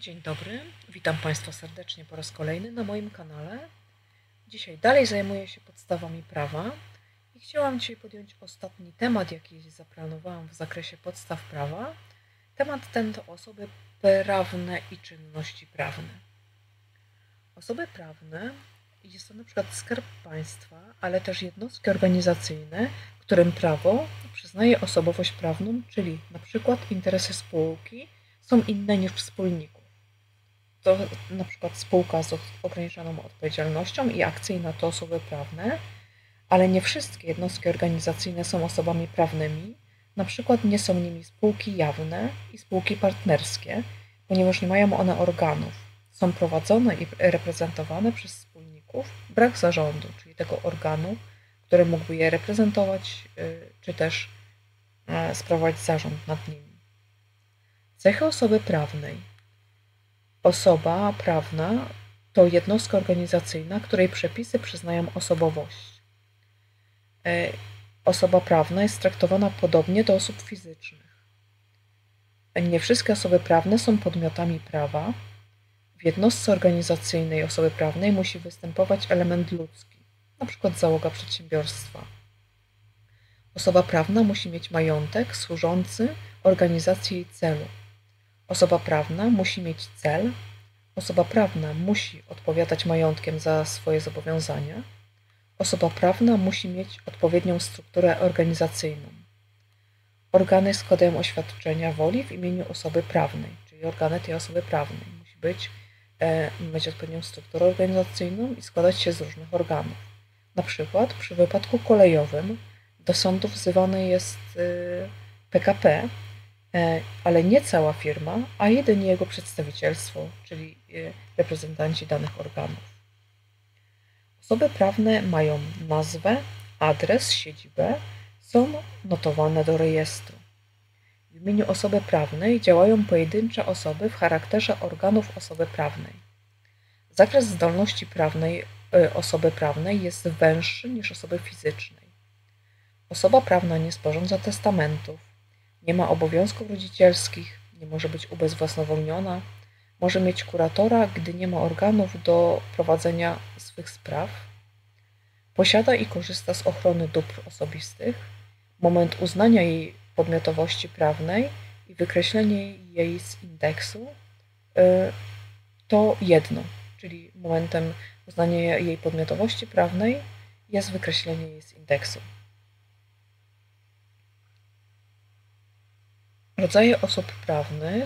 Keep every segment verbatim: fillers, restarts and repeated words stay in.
Dzień dobry, witam Państwa serdecznie po raz kolejny na moim kanale. Dzisiaj dalej zajmuję się podstawami prawa i chciałam dzisiaj podjąć ostatni temat, jaki zaplanowałam w zakresie podstaw prawa. Temat ten to osoby prawne i czynności prawne. Osoby prawne jest to na przykład Skarb Państwa, ale też jednostki organizacyjne, którym prawo przyznaje osobowość prawną, czyli na przykład interesy spółki są inne niż wspólników. To na przykład spółka z ograniczoną odpowiedzialnością i akcyjna to osoby prawne, ale nie wszystkie jednostki organizacyjne są osobami prawnymi. Na przykład nie są nimi spółki jawne i spółki partnerskie, ponieważ nie mają one organów. Są prowadzone i reprezentowane przez wspólników. Brak zarządu, czyli tego organu, który mógłby je reprezentować, czy też sprawować zarząd nad nimi. Cechy osoby prawnej. Osoba prawna to jednostka organizacyjna, której przepisy przyznają osobowość. Osoba prawna jest traktowana podobnie do osób fizycznych. Nie wszystkie osoby prawne są podmiotami prawa. W jednostce organizacyjnej osoby prawnej musi występować element ludzki, np. załoga przedsiębiorstwa. Osoba prawna musi mieć majątek służący organizacji jej celu. Osoba prawna musi mieć cel. Osoba prawna musi odpowiadać majątkiem za swoje zobowiązania. Osoba prawna musi mieć odpowiednią strukturę organizacyjną. Organy składają oświadczenia woli w imieniu osoby prawnej, czyli organy tej osoby prawnej musi być, e, mieć odpowiednią strukturę organizacyjną i składać się z różnych organów. Na przykład przy wypadku kolejowym do sądu wzywane jest y, P K P, ale nie cała firma, a jedynie jego przedstawicielstwo, czyli reprezentanci danych organów. Osoby prawne mają nazwę, adres, siedzibę, są notowane do rejestru. W imieniu osoby prawnej działają pojedyncze osoby w charakterze organów osoby prawnej. Zakres zdolności prawnej osoby prawnej jest węższy niż osoby fizycznej. Osoba prawna nie sporządza testamentów, nie ma obowiązków rodzicielskich, nie może być ubezwłasnowolniona, może mieć kuratora, gdy nie ma organów do prowadzenia swych spraw, posiada i korzysta z ochrony dóbr osobistych. Moment uznania jej podmiotowości prawnej i wykreślenie jej z indeksu to jedno, czyli momentem uznania jej podmiotowości prawnej jest wykreślenie jej z indeksu. Rodzaje osób prawnych.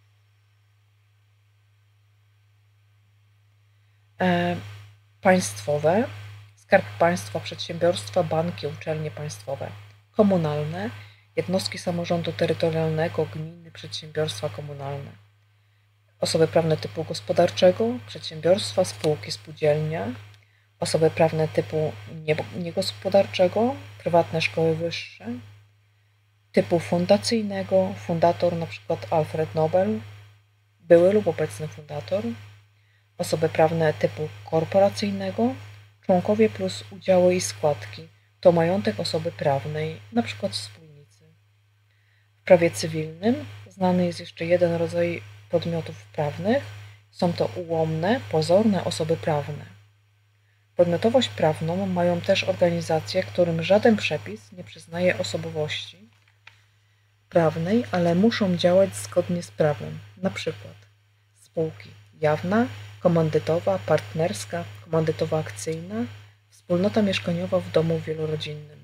E, państwowe, Skarb Państwa, przedsiębiorstwa, banki, uczelnie państwowe. Komunalne, jednostki samorządu terytorialnego, gminy, przedsiębiorstwa komunalne. Osoby prawne typu gospodarczego, przedsiębiorstwa, spółki, spółdzielnie. Osoby prawne typu niegospodarczego, prywatne szkoły wyższe. Typu fundacyjnego, fundator np. Alfred Nobel, były lub obecny fundator. Osoby prawne typu korporacyjnego, członkowie plus udziały i składki, to majątek osoby prawnej, np. wspólnicy. W prawie cywilnym znany jest jeszcze jeden rodzaj podmiotów prawnych, są to ułomne, pozorne osoby prawne. Podmiotowość prawną mają też organizacje, którym żaden przepis nie przyznaje osobowości prawnej, ale muszą działać zgodnie z prawem, na przykład spółki jawna, komandytowa, partnerska, komandytowa akcyjna, wspólnota mieszkaniowa w domu wielorodzinnym.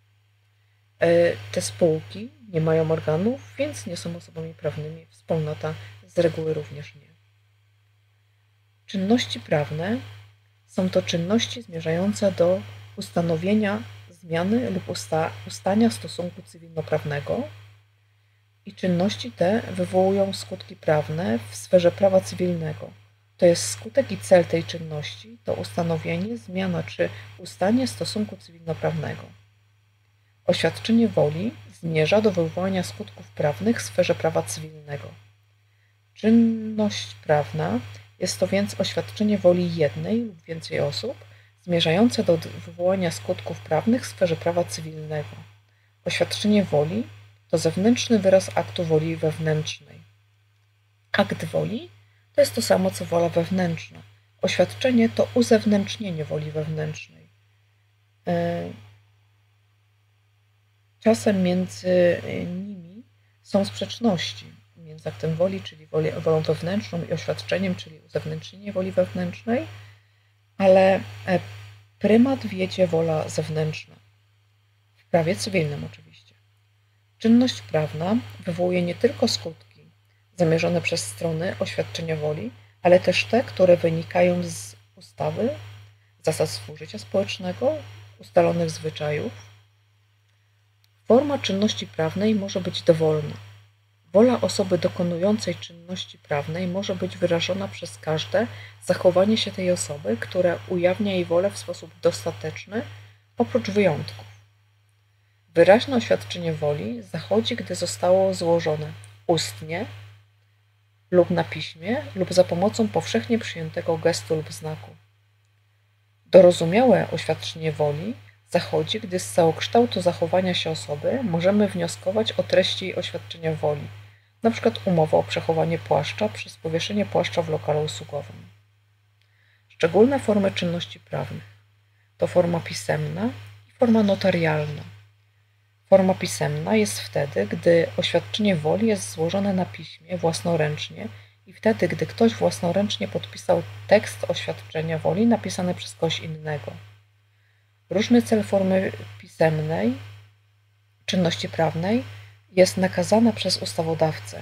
Te spółki nie mają organów, więc nie są osobami prawnymi, wspólnota z reguły również nie. Czynności prawne są to czynności zmierzające do ustanowienia zmiany lub usta ustania stosunku cywilnoprawnego, i czynności te wywołują skutki prawne w sferze prawa cywilnego. To jest skutek i cel tej czynności to ustanowienie, zmiana czy ustanie stosunku cywilnoprawnego. Oświadczenie woli zmierza do wywołania skutków prawnych w sferze prawa cywilnego. Czynność prawna jest to więc oświadczenie woli jednej lub więcej osób zmierzające do wywołania skutków prawnych w sferze prawa cywilnego. Oświadczenie woli to zewnętrzny wyraz aktu woli wewnętrznej. Akt woli To jest to samo, co wola wewnętrzna. Oświadczenie to uzewnętrznienie woli wewnętrznej. Czasem między nimi są sprzeczności, między aktem woli, czyli wolą wewnętrzną, i oświadczeniem, czyli uzewnętrznienie woli wewnętrznej, ale prymat wiedzie wola zewnętrzna. W prawie cywilnym oczywiście. Czynność prawna wywołuje nie tylko skutki zamierzone przez strony oświadczenia woli, ale też te, które wynikają z ustawy, zasad współżycia społecznego, ustalonych zwyczajów. Forma czynności prawnej może być dowolna. Wola osoby dokonującej czynności prawnej może być wyrażona przez każde zachowanie się tej osoby, które ujawnia jej wolę w sposób dostateczny, oprócz wyjątków. Wyraźne oświadczenie woli zachodzi, gdy zostało złożone ustnie lub na piśmie, lub za pomocą powszechnie przyjętego gestu lub znaku. Dorozumiałe oświadczenie woli zachodzi, gdy z całokształtu zachowania się osoby możemy wnioskować o treści oświadczenia woli, np. umowa o przechowanie płaszcza przez powieszenie płaszcza w lokalu usługowym. Szczególne formy czynności prawnych to forma pisemna i forma notarialna. Forma pisemna jest wtedy, gdy oświadczenie woli jest złożone na piśmie własnoręcznie i wtedy, gdy ktoś własnoręcznie podpisał tekst oświadczenia woli napisany przez kogoś innego. Różny cel formy pisemnej czynności prawnej jest nakazana przez ustawodawcę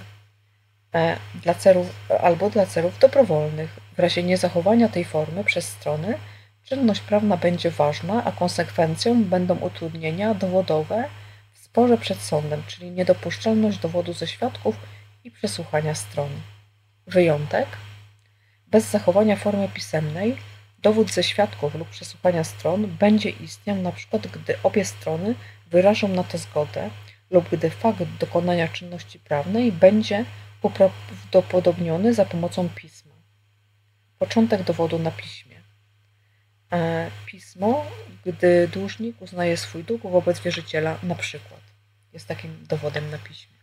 dla celów, albo dla celów dobrowolnych. W razie niezachowania tej formy przez strony czynność prawna będzie ważna, a konsekwencją będą utrudnienia dowodowe w sporze przed sądem, czyli niedopuszczalność dowodu ze świadków i przesłuchania stron. Wyjątek: bez zachowania formy pisemnej dowód ze świadków lub przesłuchania stron będzie istniał np. gdy obie strony wyrażą na to zgodę lub gdy fakt dokonania czynności prawnej będzie uprawdopodobniony za pomocą pisma. Początek dowodu na piśmie. Pismo, gdy dłużnik uznaje swój dług wobec wierzyciela, na przykład, jest takim dowodem na piśmie.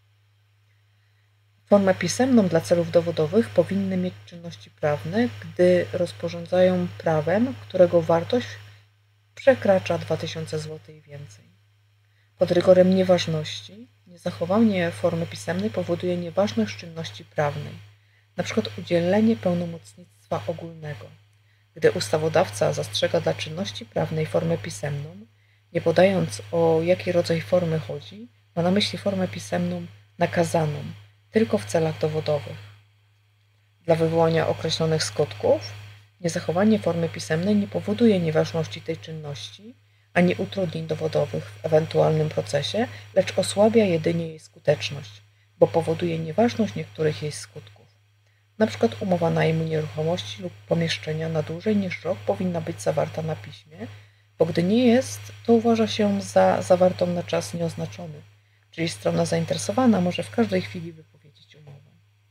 Formę pisemną dla celów dowodowych powinny mieć czynności prawne, gdy rozporządzają prawem, którego wartość przekracza dwa tysiące złotych i więcej. Pod rygorem nieważności niezachowanie formy pisemnej powoduje nieważność czynności prawnej, np. udzielenie pełnomocnictwa ogólnego. Gdy ustawodawca zastrzega dla czynności prawnej formę pisemną, nie podając, o jaki rodzaj formy chodzi, ma na myśli formę pisemną nakazaną, tylko w celach dowodowych. Dla wywołania określonych skutków niezachowanie formy pisemnej nie powoduje nieważności tej czynności ani utrudnień dowodowych w ewentualnym procesie, lecz osłabia jedynie jej skuteczność, bo powoduje nieważność niektórych jej skutków. Na przykład umowa najmu nieruchomości lub pomieszczenia na dłużej niż rok powinna być zawarta na piśmie, bo gdy nie jest, to uważa się za zawartą na czas nieoznaczony, czyli strona zainteresowana może w każdej chwili wypowiedzieć umowę.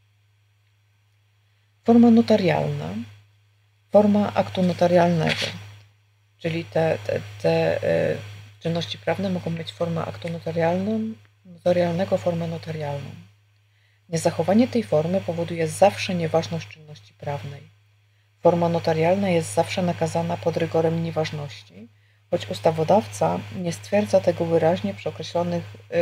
Forma notarialna. Forma aktu notarialnego, czyli te, te, te y, czynności prawne mogą mieć formę aktu notarialną, notarialnego, formę notarialną. Niezachowanie tej formy powoduje zawsze nieważność czynności prawnej. Forma notarialna jest zawsze nakazana pod rygorem nieważności, choć ustawodawca nie stwierdza tego wyraźnie przy określonych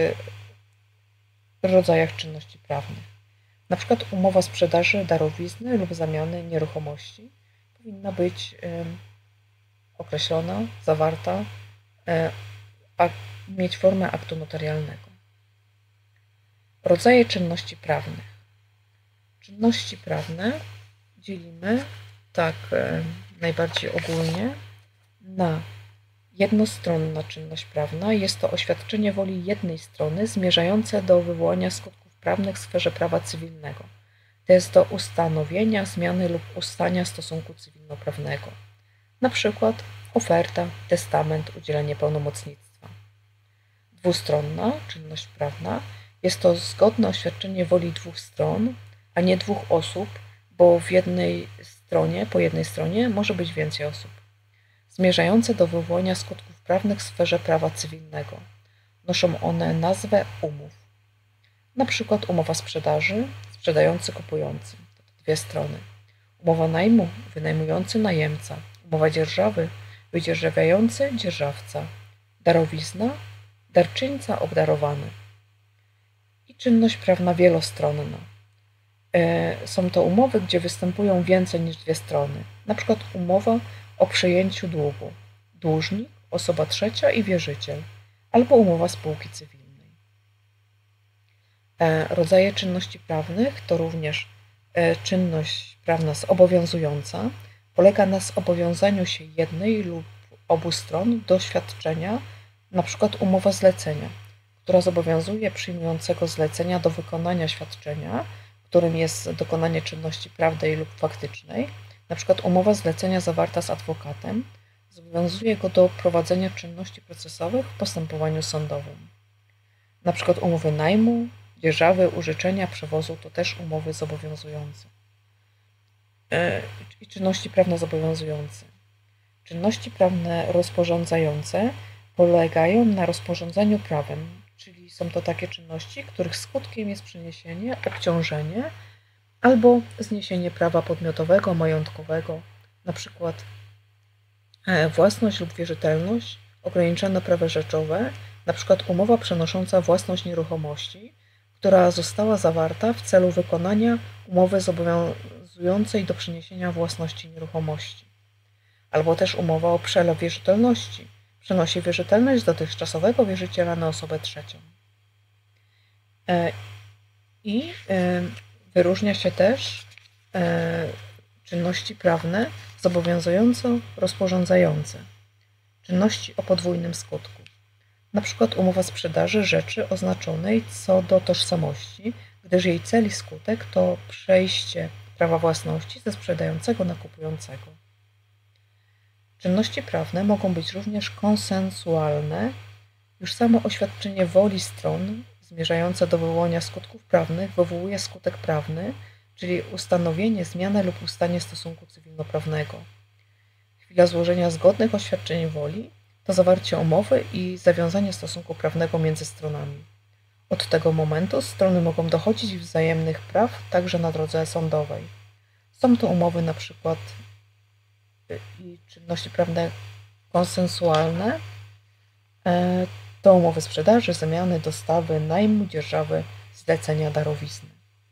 y, rodzajach czynności prawnych. Na przykład umowa sprzedaży, darowizny lub zamiany nieruchomości powinna być y, określona, zawarta, y, a mieć formę aktu notarialnego. Rodzaje czynności prawnych. Czynności prawne dzielimy tak y, najbardziej ogólnie na jednostronna czynność prawna. Jest to oświadczenie woli jednej strony zmierzające do wywołania skutków prawnych w sferze prawa cywilnego. To jest do ustanowienia, zmiany lub ustania stosunku cywilnoprawnego. Na przykład oferta, testament, udzielenie pełnomocnictwa. Dwustronna czynność prawna jest to zgodne oświadczenie woli dwóch stron, a nie dwóch osób, bo w jednej stronie, po jednej stronie może być więcej osób. Zmierzające do wywołania skutków prawnych w sferze prawa cywilnego. Noszą one nazwę umów. Na przykład umowa sprzedaży, sprzedający, kupujący. dwie strony. Umowa najmu, wynajmujący najemca. Umowa dzierżawy, wydzierżawiający dzierżawca. Darowizna, darczyńca obdarowany. I czynność prawna wielostronna. Są to umowy, gdzie występują więcej niż dwie strony. Na przykład umowa o przejęciu długu. Dłużnik, osoba trzecia i wierzyciel. Albo umowa spółki cywilnej. Rodzaje czynności prawnych to również czynność prawna zobowiązująca. Polega na zobowiązaniu się jednej lub obu stron do świadczenia, na przykład umowa zlecenia, która zobowiązuje przyjmującego zlecenia do wykonania świadczenia, którym jest dokonanie czynności prawnej lub faktycznej. Na przykład umowa zlecenia zawarta z adwokatem zobowiązuje go do prowadzenia czynności procesowych w postępowaniu sądowym. Na przykład umowy najmu, dzierżawy, użyczenia, przewozu to też umowy zobowiązujące. I czynności prawne zobowiązujące. Czynności prawne rozporządzające polegają na rozporządzeniu prawem, czyli są to takie czynności, których skutkiem jest przeniesienie, obciążenie albo zniesienie prawa podmiotowego, majątkowego, na przykład własność lub wierzytelność, ograniczone prawa rzeczowe, na przykład umowa przenosząca własność nieruchomości, która została zawarta w celu wykonania umowy zobowiązującej do przeniesienia własności nieruchomości, albo też umowa o przelew wierzytelności, przenosi wierzytelność z dotychczasowego wierzyciela na osobę trzecią. I wyróżnia się też czynności prawne zobowiązująco-rozporządzające, czynności o podwójnym skutku. Na przykład umowa sprzedaży rzeczy oznaczonej co do tożsamości, gdyż jej cel i skutek to przejście prawa własności ze sprzedającego na kupującego. Czynności prawne mogą być również konsensualne. Już samo oświadczenie woli stron zmierzające do wywołania skutków prawnych wywołuje skutek prawny, czyli ustanowienie, zmianę lub ustanie stosunku cywilnoprawnego. Chwila złożenia zgodnych oświadczeń woli to zawarcie umowy i zawiązanie stosunku prawnego między stronami. Od tego momentu strony mogą dochodzić wzajemnych praw także na drodze sądowej. Są to umowy na przykład i czynności prawne konsensualne, to umowy sprzedaży, zamiany, dostawy, najmu, dzierżawy, zlecenia, darowizny.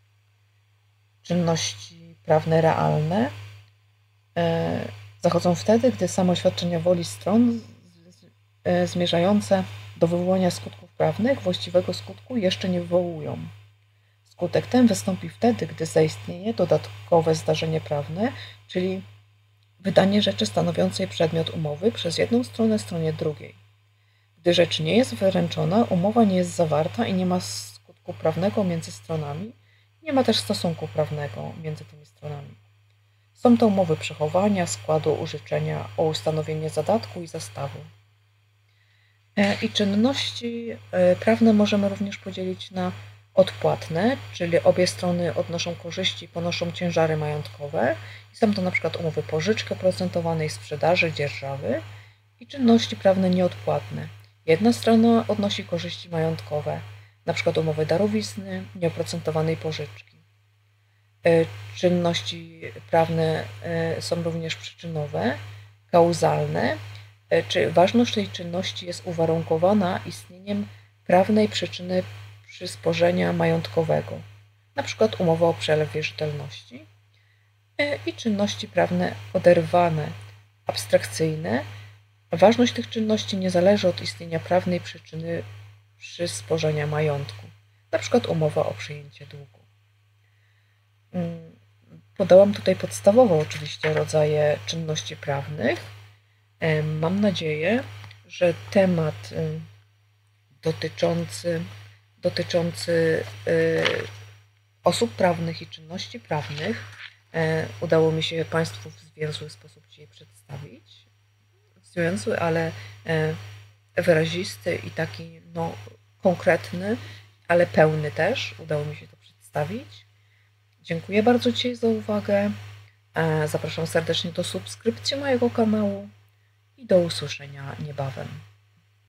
Czynności prawne realne zachodzą wtedy, gdy samo oświadczenia woli stron zmierzające do wywołania skutków prawnych właściwego skutku jeszcze nie wywołują. Skutek ten wystąpi wtedy, gdy zaistnieje dodatkowe zdarzenie prawne, czyli wydanie rzeczy stanowiącej przedmiot umowy przez jedną stronę stronie drugiej. Gdy rzecz nie jest wyręczona, umowa nie jest zawarta i nie ma skutku prawnego między stronami, nie ma też stosunku prawnego między tymi stronami. Są to umowy przechowania, składu, użyczenia, o ustanowienie zadatku i zastawu. I czynności prawne możemy również podzielić na odpłatne, czyli obie strony odnoszą korzyści i ponoszą ciężary majątkowe. I są to na przykład umowy pożyczki oprocentowanej, sprzedaży, dzierżawy i czynności prawne nieodpłatne. Jedna strona odnosi korzyści majątkowe, na przykład umowy darowizny, nieoprocentowanej pożyczki. Czynności prawne są również przyczynowe, kauzalne, czy ważność tej czynności jest uwarunkowana istnieniem prawnej przyczyny przysporzenia majątkowego, na przykład umowa o przelew wierzytelności, i czynności prawne oderwane, abstrakcyjne. Ważność tych czynności nie zależy od istnienia prawnej przyczyny przysporzenia majątku, na przykład umowa o przyjęcie długu. Podałam tutaj podstawowe oczywiście rodzaje czynności prawnych. Mam nadzieję, że temat dotyczący, dotyczący osób prawnych i czynności prawnych udało mi się Państwu w zwięzły sposób dzisiaj przedstawić. Zwięzły, ale wyrazisty i taki no, konkretny, ale pełny też. Udało mi się to przedstawić. Dziękuję bardzo dzisiaj za uwagę. Zapraszam serdecznie do subskrypcji mojego kanału i do usłyszenia niebawem.